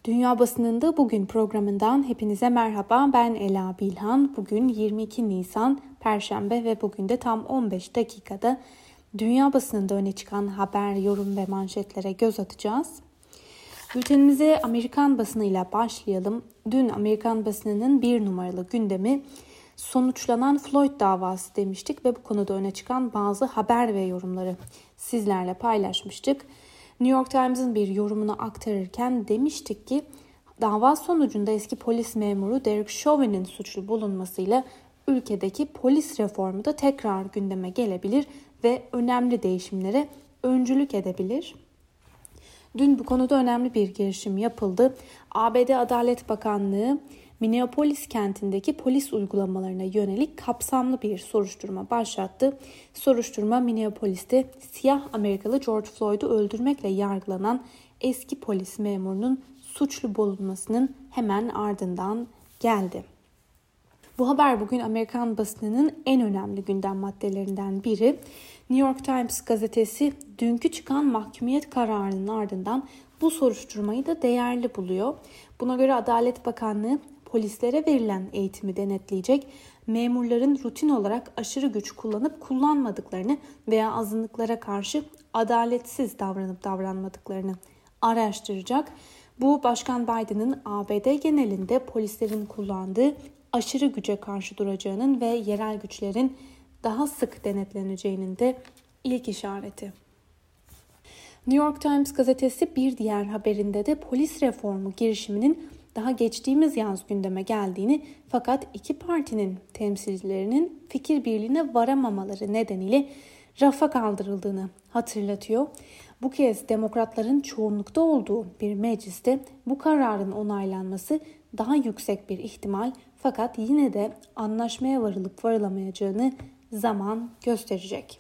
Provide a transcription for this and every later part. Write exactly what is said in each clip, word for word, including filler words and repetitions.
Dünya Basınında Bugün programından hepinize merhaba. Ben Ela Bilhan. Bugün yirmi iki Nisan Perşembe ve bugün de tam on beş dakikada dünya basınında öne çıkan haber, yorum ve manşetlere göz atacağız. Bültenimize Amerikan basınıyla başlayalım. Dün Amerikan basınının bir numaralı gündemi sonuçlanan Floyd davası demiştik ve bu konuda öne çıkan bazı haber ve yorumları sizlerle paylaşmıştık. New York Times'ın bir yorumunu aktarırken demiştik ki dava sonucunda eski polis memuru Derek Chauvin'in suçlu bulunmasıyla ülkedeki polis reformu da tekrar gündeme gelebilir ve önemli değişimlere öncülük edebilir. Dün bu konuda önemli bir girişim yapıldı. A B D Adalet Bakanlığı Minneapolis kentindeki polis uygulamalarına yönelik kapsamlı bir soruşturma başlattı. Soruşturma Minneapolis'te siyah Amerikalı George Floyd'u öldürmekle yargılanan eski polis memurunun suçlu bulunmasının hemen ardından geldi. Bu haber bugün Amerikan basınının en önemli gündem maddelerinden biri. New York Times gazetesi dünkü çıkan mahkumiyet kararının ardından bu soruşturmayı da değerli buluyor. Buna göre Adalet Bakanlığı polislere verilen eğitimi denetleyecek, memurların rutin olarak aşırı güç kullanıp kullanmadıklarını veya azınlıklara karşı adaletsiz davranıp davranmadıklarını araştıracak. Bu Başkan Biden'ın A B D genelinde polislerin kullandığı aşırı güce karşı duracağının ve yerel güçlerin daha sık denetleneceğinin de ilk işareti. New York Times gazetesi bir diğer haberinde de polis reformu girişiminin daha geçtiğimiz yaz gündeme geldiğini fakat iki partinin temsilcilerinin fikir birliğine varamamaları nedeniyle rafa kaldırıldığını hatırlatıyor. Bu kez demokratların çoğunlukta olduğu bir mecliste bu kararın onaylanması daha yüksek bir ihtimal fakat yine de anlaşmaya varılıp varılamayacağını zaman gösterecek.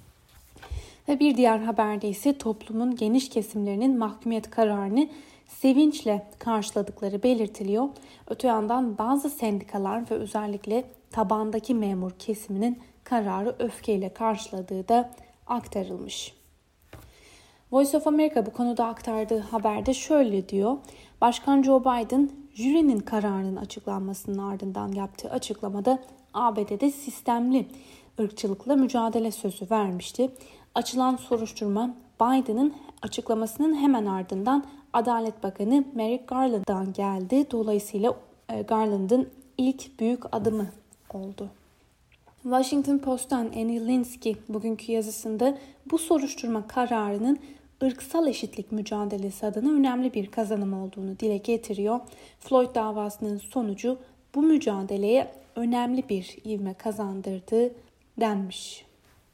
Ve bir diğer haberde ise toplumun geniş kesimlerinin mahkumiyet kararını sevinçle karşıladıkları belirtiliyor. Öte yandan bazı sendikalar ve özellikle tabandaki memur kesiminin kararı öfkeyle karşıladığı da aktarılmış. Voice of America bu konuda aktardığı haberde şöyle diyor. Başkan Joe Biden jürinin kararının açıklanmasının ardından yaptığı açıklamada A B D'de sistemli ırkçılıkla mücadele sözü vermişti. Açılan soruşturma Biden'ın açıklamasının hemen ardından Adalet Bakanı Merrick Garland'dan geldi. Dolayısıyla Garland'ın ilk büyük adımı oldu. Washington Post'tan Annie Linsky bugünkü yazısında bu soruşturma kararının ırksal eşitlik mücadelesi adına önemli bir kazanım olduğunu dile getiriyor. Floyd davasının sonucu bu mücadeleye önemli bir ivme kazandırdı denmiş.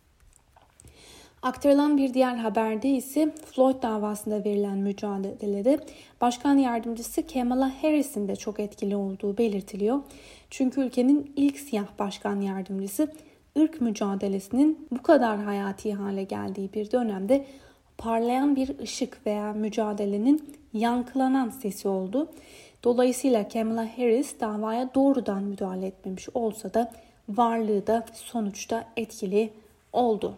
Aktarılan bir diğer haberde ise Floyd davasında verilen mücadelede Başkan Yardımcısı Kamala Harris'in de çok etkili olduğu belirtiliyor. Çünkü ülkenin ilk siyah başkan yardımcısı ırk mücadelesinin bu kadar hayati hale geldiği bir dönemde parlayan bir ışık veya mücadelenin yankılanan sesi oldu. Dolayısıyla Kamala Harris davaya doğrudan müdahale etmemiş olsa da varlığı da sonuçta etkili oldu.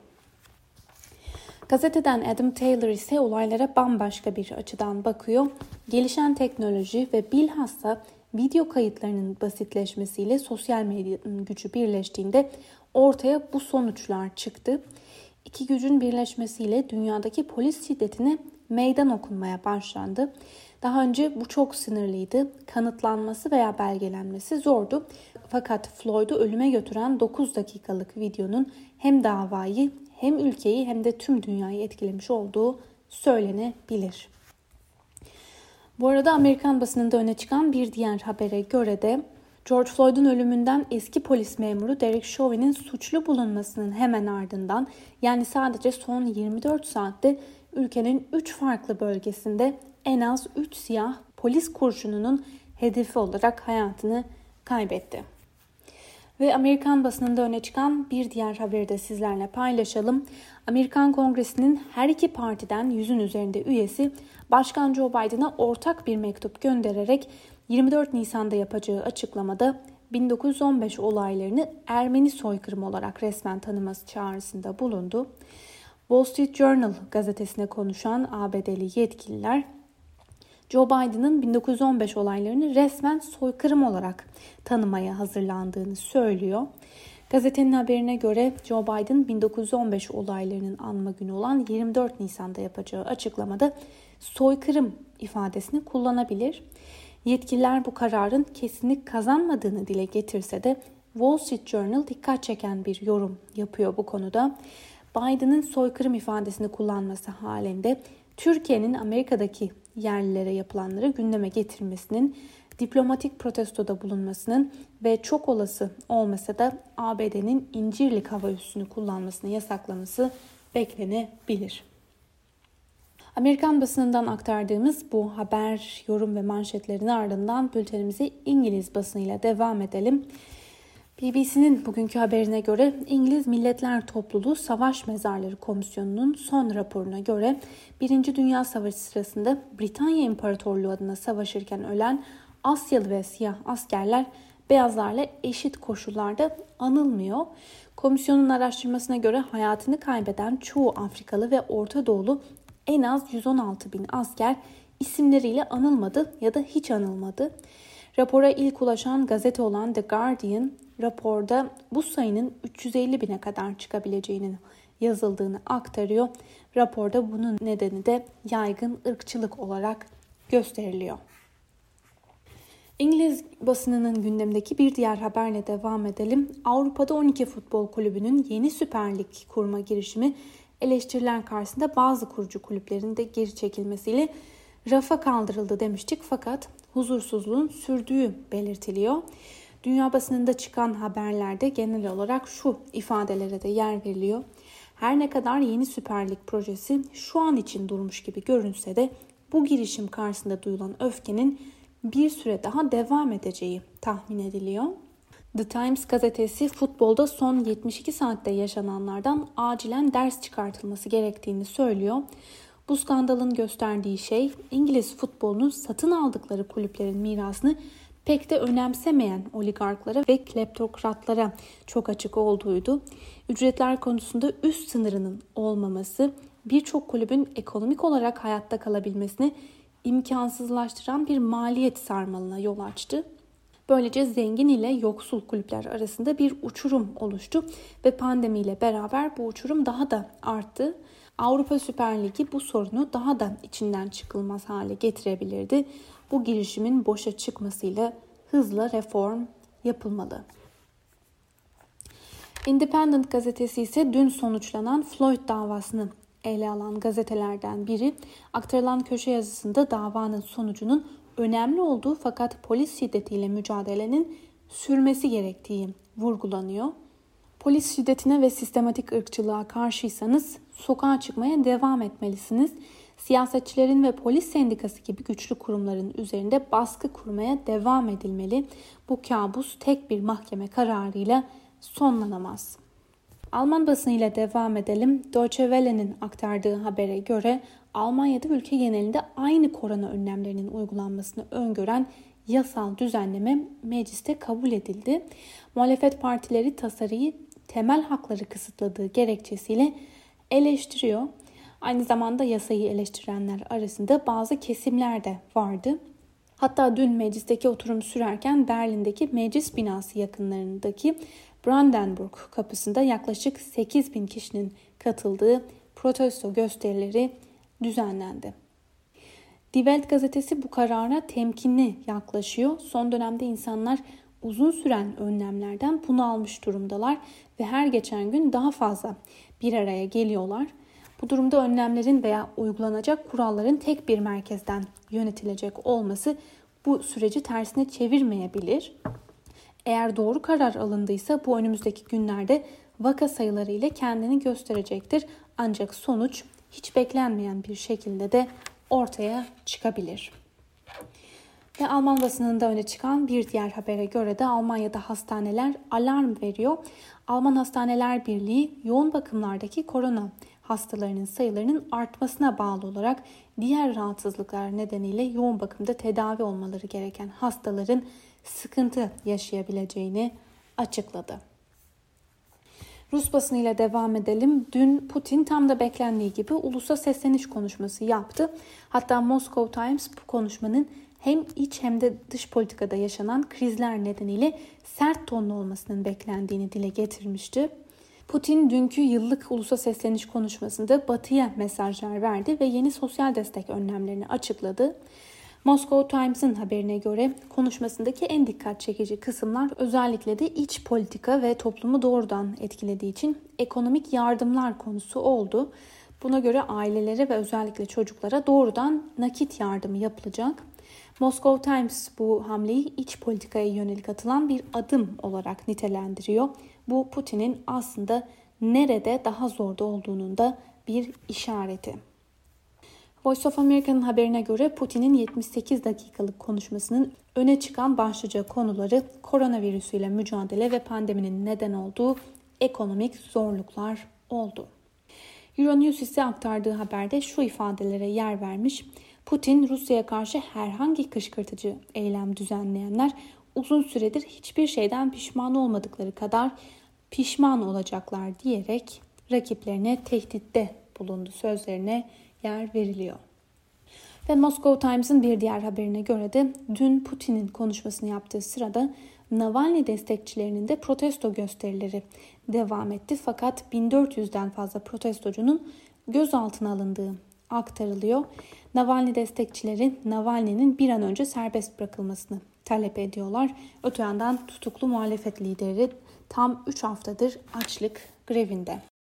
Gazeteden Adam Taylor ise olaylara bambaşka bir açıdan bakıyor. Gelişen teknoloji ve bilhassa video kayıtlarının basitleşmesiyle sosyal medyanın gücü birleştiğinde ortaya bu sonuçlar çıktı. İki gücün birleşmesiyle dünyadaki polis şiddetine meydan okunmaya başlandı. Daha önce bu çok sınırlıydı. Kanıtlanması veya belgelenmesi zordu. Fakat Floyd'u ölüme götüren dokuz dakikalık videonun hem davayı hem ülkeyi hem de tüm dünyayı etkilemiş olduğu söylenebilir. Bu arada Amerikan basınında öne çıkan bir diğer habere göre de George Floyd'un ölümünden eski polis memuru Derek Chauvin'in suçlu bulunmasının hemen ardından yani sadece son yirmi dört saatte ülkenin üç farklı bölgesinde en az üç siyah polis kurşununun hedefi olarak hayatını kaybetti. Ve Amerikan basınında öne çıkan bir diğer haberi de sizlerle paylaşalım. Amerikan Kongresi'nin her iki partiden yüzün üzerinde üyesi Başkan Joe Biden'a ortak bir mektup göndererek yirmi dört Nisan'da yapacağı açıklamada bin dokuz yüz on beş olaylarını Ermeni soykırımı olarak resmen tanıması çağrısında bulundu. Wall Street Journal gazetesine konuşan A B D'li yetkililer Joe Biden'ın bin dokuz yüz on beş olaylarını resmen soykırım olarak tanımaya hazırlandığını söylüyor. Gazetenin haberine göre Joe Biden bin dokuz yüz on beş olaylarının anma günü olan yirmi dört Nisan'da yapacağı açıklamada soykırım ifadesini kullanabilir. Yetkililer bu kararın kesinlik kazanmadığını dile getirse de Wall Street Journal dikkat çeken bir yorum yapıyor bu konuda. Biden'ın soykırım ifadesini kullanması halinde Türkiye'nin Amerika'daki yerlilere yapılanları gündeme getirmesinin, diplomatik protestoda bulunmasının ve çok olası olmasa da A B D'nin İncirlik hava üssünü kullanmasını yasaklaması beklenebilir. Amerikan basınından aktardığımız bu haber, yorum ve manşetlerin ardından bültenimize İngiliz basınıyla devam edelim. B B C'nin bugünkü haberine göre İngiliz Milletler Topluluğu Savaş Mezarları Komisyonu'nun son raporuna göre Birinci Dünya Savaşı sırasında Britanya İmparatorluğu adına savaşırken ölen Asyalı ve siyah askerler beyazlarla eşit koşullarda anılmıyor. Komisyonun araştırmasına göre hayatını kaybeden çoğu Afrikalı ve Orta Doğulu en az yüz on altı bin asker isimleriyle anılmadı ya da hiç anılmadı. Rapora ilk ulaşan gazete olan The Guardian, raporda bu sayının üç yüz elli bine kadar çıkabileceğinin yazıldığını aktarıyor. Raporda bunun nedeni de yaygın ırkçılık olarak gösteriliyor. İngiliz basınının gündemdeki bir diğer haberle devam edelim. Avrupa'da on iki futbol kulübünün yeni Süper Lig kurma girişimi eleştiriler karşısında bazı kurucu kulüplerin de geri çekilmesiyle rafa kaldırıldı demiştik, fakat huzursuzluğun sürdüğü belirtiliyor. Dünya basınında çıkan haberlerde genel olarak şu ifadelere de yer veriliyor. Her ne kadar yeni Süper Lig projesi şu an için durmuş gibi görünse de bu girişim karşısında duyulan öfkenin bir süre daha devam edeceği tahmin ediliyor. The Times gazetesi futbolda son yetmiş iki saatte yaşananlardan acilen ders çıkartılması gerektiğini söylüyor. Bu skandalın gösterdiği şey İngiliz futbolunun satın aldıkları kulüplerin mirasını pek de önemsemeyen oligarklara ve kleptokratlara çok açık olduğuydu. Ücretler konusunda üst sınırının olmaması birçok kulübün ekonomik olarak hayatta kalabilmesini imkansızlaştıran bir maliyet sarmalına yol açtı. Böylece zengin ile yoksul kulüpler arasında bir uçurum oluştu ve pandemiyle beraber bu uçurum daha da arttı. Avrupa Süper Ligi bu sorunu daha da içinden çıkılmaz hale getirebilirdi. Bu girişimin boşa çıkmasıyla hızla reform yapılmalı. Independent gazetesi ise dün sonuçlanan Floyd davasını ele alan gazetelerden biri. Aktarılan köşe yazısında davanın sonucunun önemli olduğu fakat polis şiddetiyle mücadelenin sürmesi gerektiği vurgulanıyor. Polis şiddetine ve sistematik ırkçılığa karşıysanız sokağa çıkmaya devam etmelisiniz. Siyasetçilerin ve polis sendikası gibi güçlü kurumların üzerinde baskı kurmaya devam edilmeli. Bu kabus tek bir mahkeme kararıyla sonlanamaz. Alman basınıyla devam edelim. Deutsche Welle'nin aktardığı habere göre Almanya'da ülke genelinde aynı korona önlemlerinin uygulanmasını öngören yasal düzenleme mecliste kabul edildi. Muhalefet partileri tasarıyı temel hakları kısıtladığı gerekçesiyle eleştiriyor. Aynı zamanda yasayı eleştirenler arasında bazı kesimler de vardı. Hatta dün meclisteki oturum sürerken Berlin'deki meclis binası yakınlarındaki Brandenburg kapısında yaklaşık sekiz bin kişinin katıldığı protesto gösterileri düzenlendi. Die Welt gazetesi bu karara temkinli yaklaşıyor. Son dönemde insanlar uzun süren önlemlerden bunalmış durumdalar ve her geçen gün daha fazla bir araya geliyorlar. Bu durumda önlemlerin veya uygulanacak kuralların tek bir merkezden yönetilecek olması bu süreci tersine çevirmeyebilir. Eğer doğru karar alındıysa bu önümüzdeki günlerde vaka sayıları ile kendini gösterecektir. Ancak sonuç hiç beklenmeyen bir şekilde de ortaya çıkabilir. Ve Alman basınında öne çıkan bir diğer habere göre de Almanya'da hastaneler alarm veriyor. Alman Hastaneler Birliği yoğun bakımlardaki korona hastalarının sayılarının artmasına bağlı olarak diğer rahatsızlıklar nedeniyle yoğun bakımda tedavi olmaları gereken hastaların sıkıntı yaşayabileceğini açıkladı. Rus basınıyla devam edelim. Dün Putin tam da beklendiği gibi ulusa sesleniş konuşması yaptı. Hatta Moscow Times bu konuşmanın hem iç hem de dış politikada yaşanan krizler nedeniyle sert tonlu olmasının beklendiğini dile getirmişti. Putin dünkü yıllık ulusa sesleniş konuşmasında Batı'ya mesajlar verdi ve yeni sosyal destek önlemlerini açıkladı. Moscow Times'ın haberine göre konuşmasındaki en dikkat çekici kısımlar özellikle de iç politika ve toplumu doğrudan etkilediği için ekonomik yardımlar konusu oldu. Buna göre ailelere ve özellikle çocuklara doğrudan nakit yardımı yapılacak. Moscow Times bu hamleyi iç politikaya yönelik atılan bir adım olarak nitelendiriyor. Bu Putin'in aslında nerede daha zorda olduğunun da bir işareti. Voice of America'nın haberine göre Putin'in yetmiş sekiz dakikalık konuşmasının öne çıkan başlıca konuları koronavirüsüyle mücadele ve pandeminin neden olduğu ekonomik zorluklar oldu. Euronews ise aktardığı haberde şu ifadelere yer vermiş. Putin, Rusya'ya karşı herhangi kışkırtıcı eylem düzenleyenler uzun süredir hiçbir şeyden pişman olmadıkları kadar pişman olacaklar diyerek rakiplerine tehditte bulundu sözlerine yer veriliyor. Ve Moscow Times'ın bir diğer haberine göre de dün Putin'in konuşmasını yaptığı sırada Navalny destekçilerinin de protesto gösterileri devam etti. Fakat bin dört yüzden fazla protestocunun gözaltına alındığı aktarılıyor. Navalny destekçileri Navalny'nin bir an önce serbest bırakılmasını talep ediyorlar. Öte yandan tutuklu muhalefet lideri tam üç haftadır açlık grevinde.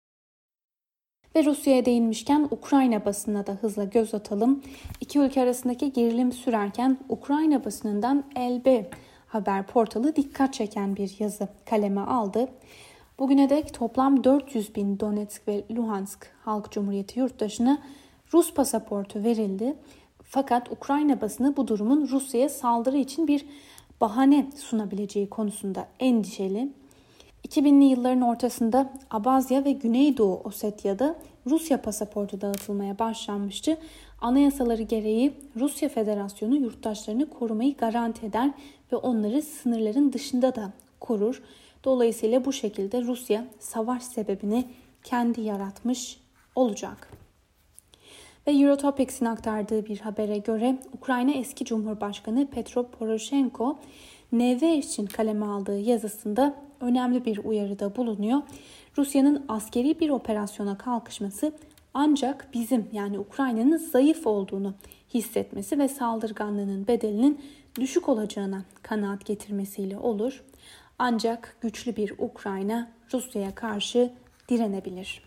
Ve Rusya'ya değinmişken Ukrayna basınına da hızla göz atalım. İki ülke arasındaki gerilim sürerken Ukrayna basınından L B haber portalı dikkat çeken bir yazı kaleme aldı. Bugüne dek toplam dört yüz bin Donetsk ve Luhansk Halk Cumhuriyeti yurttaşına Rus pasaportu verildi. Fakat Ukrayna basını bu durumun Rusya'ya saldırı için bir bahane sunabileceği konusunda endişeli. iki binli yılların ortasında Abazya ve Güneydoğu Osetya'da Rusya pasaportu dağıtılmaya başlanmıştı. Anayasaları gereği Rusya Federasyonu yurttaşlarını korumayı garanti eder ve onları sınırların dışında da korur. Dolayısıyla bu şekilde Rusya savaş sebebini kendi yaratmış olacak. Ve Eurotopics'in aktardığı bir habere göre Ukrayna eski Cumhurbaşkanı Petro Poroshenko N V için kaleme aldığı yazısında önemli bir uyarıda bulunuyor. Rusya'nın askeri bir operasyona kalkışması ancak bizim yani Ukrayna'nın zayıf olduğunu hissetmesi ve saldırganlığının bedelinin düşük olacağına kanaat getirmesiyle olur. Ancak güçlü bir Ukrayna Rusya'ya karşı direnebilir.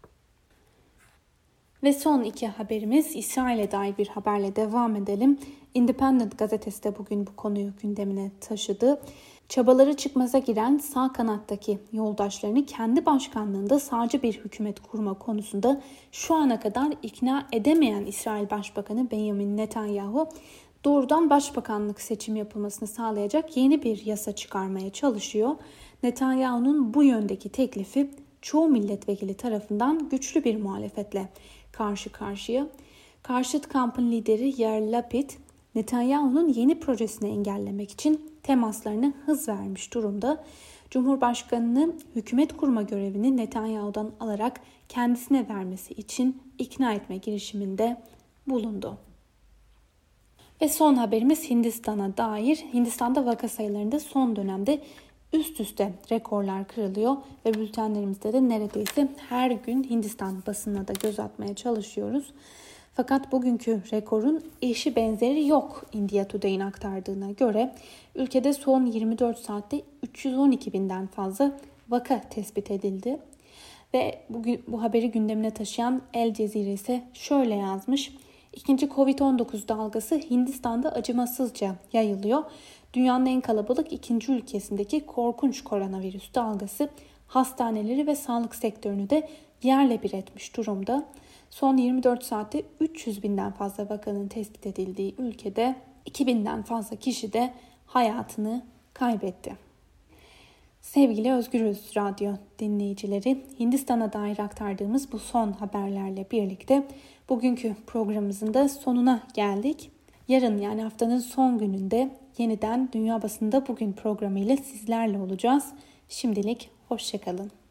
Ve son iki haberimiz İsrail'e dair bir haberle devam edelim. Independent gazetesi de bugün bu konuyu gündemine taşıdı. Çabaları çıkmaza giren sağ kanattaki yoldaşlarını kendi başkanlığında sağcı bir hükümet kurma konusunda şu ana kadar ikna edemeyen İsrail Başbakanı Benjamin Netanyahu doğrudan başbakanlık seçimi yapılmasını sağlayacak yeni bir yasa çıkarmaya çalışıyor. Netanyahu'nun bu yöndeki teklifi çoğu milletvekili tarafından güçlü bir muhalefetle karşı karşıya. Karşıt kampın lideri Yair Lapid, Netanyahu'nun yeni projesini engellemek için temaslarına hız vermiş durumda. Cumhurbaşkanının hükümet kurma görevini Netanyahu'dan alarak kendisine vermesi için ikna etme girişiminde bulundu. Ve son haberimiz Hindistan'a dair. Hindistan'da vaka sayılarında son dönemde üst üste rekorlar kırılıyor ve bültenlerimizde de neredeyse her gün Hindistan basınına da göz atmaya çalışıyoruz. Fakat bugünkü rekorun eşi benzeri yok India Today'in aktardığına göre. Ülkede son yirmi dört saatte üç yüz on iki binden fazla vaka tespit edildi. Ve bugün bu haberi gündemine taşıyan El Cezire ise şöyle yazmış. İkinci kovid on dokuz dalgası Hindistan'da acımasızca yayılıyor. Dünyanın en kalabalık ikinci ülkesindeki korkunç koronavirüs dalgası hastaneleri ve sağlık sektörünü de yerle bir etmiş durumda. Son yirmi dört saatte üç yüz binden fazla vakanın tespit edildiği ülkede iki binden fazla kişi de hayatını kaybetti. Sevgili Özgürüz Radyo dinleyicileri, Hindistan'a dair aktardığımız bu son haberlerle birlikte bugünkü programımızın da sonuna geldik. Yarın yani haftanın son gününde yeniden Dünya Basınında Bugün programıyla sizlerle olacağız. Şimdilik hoşça kalın.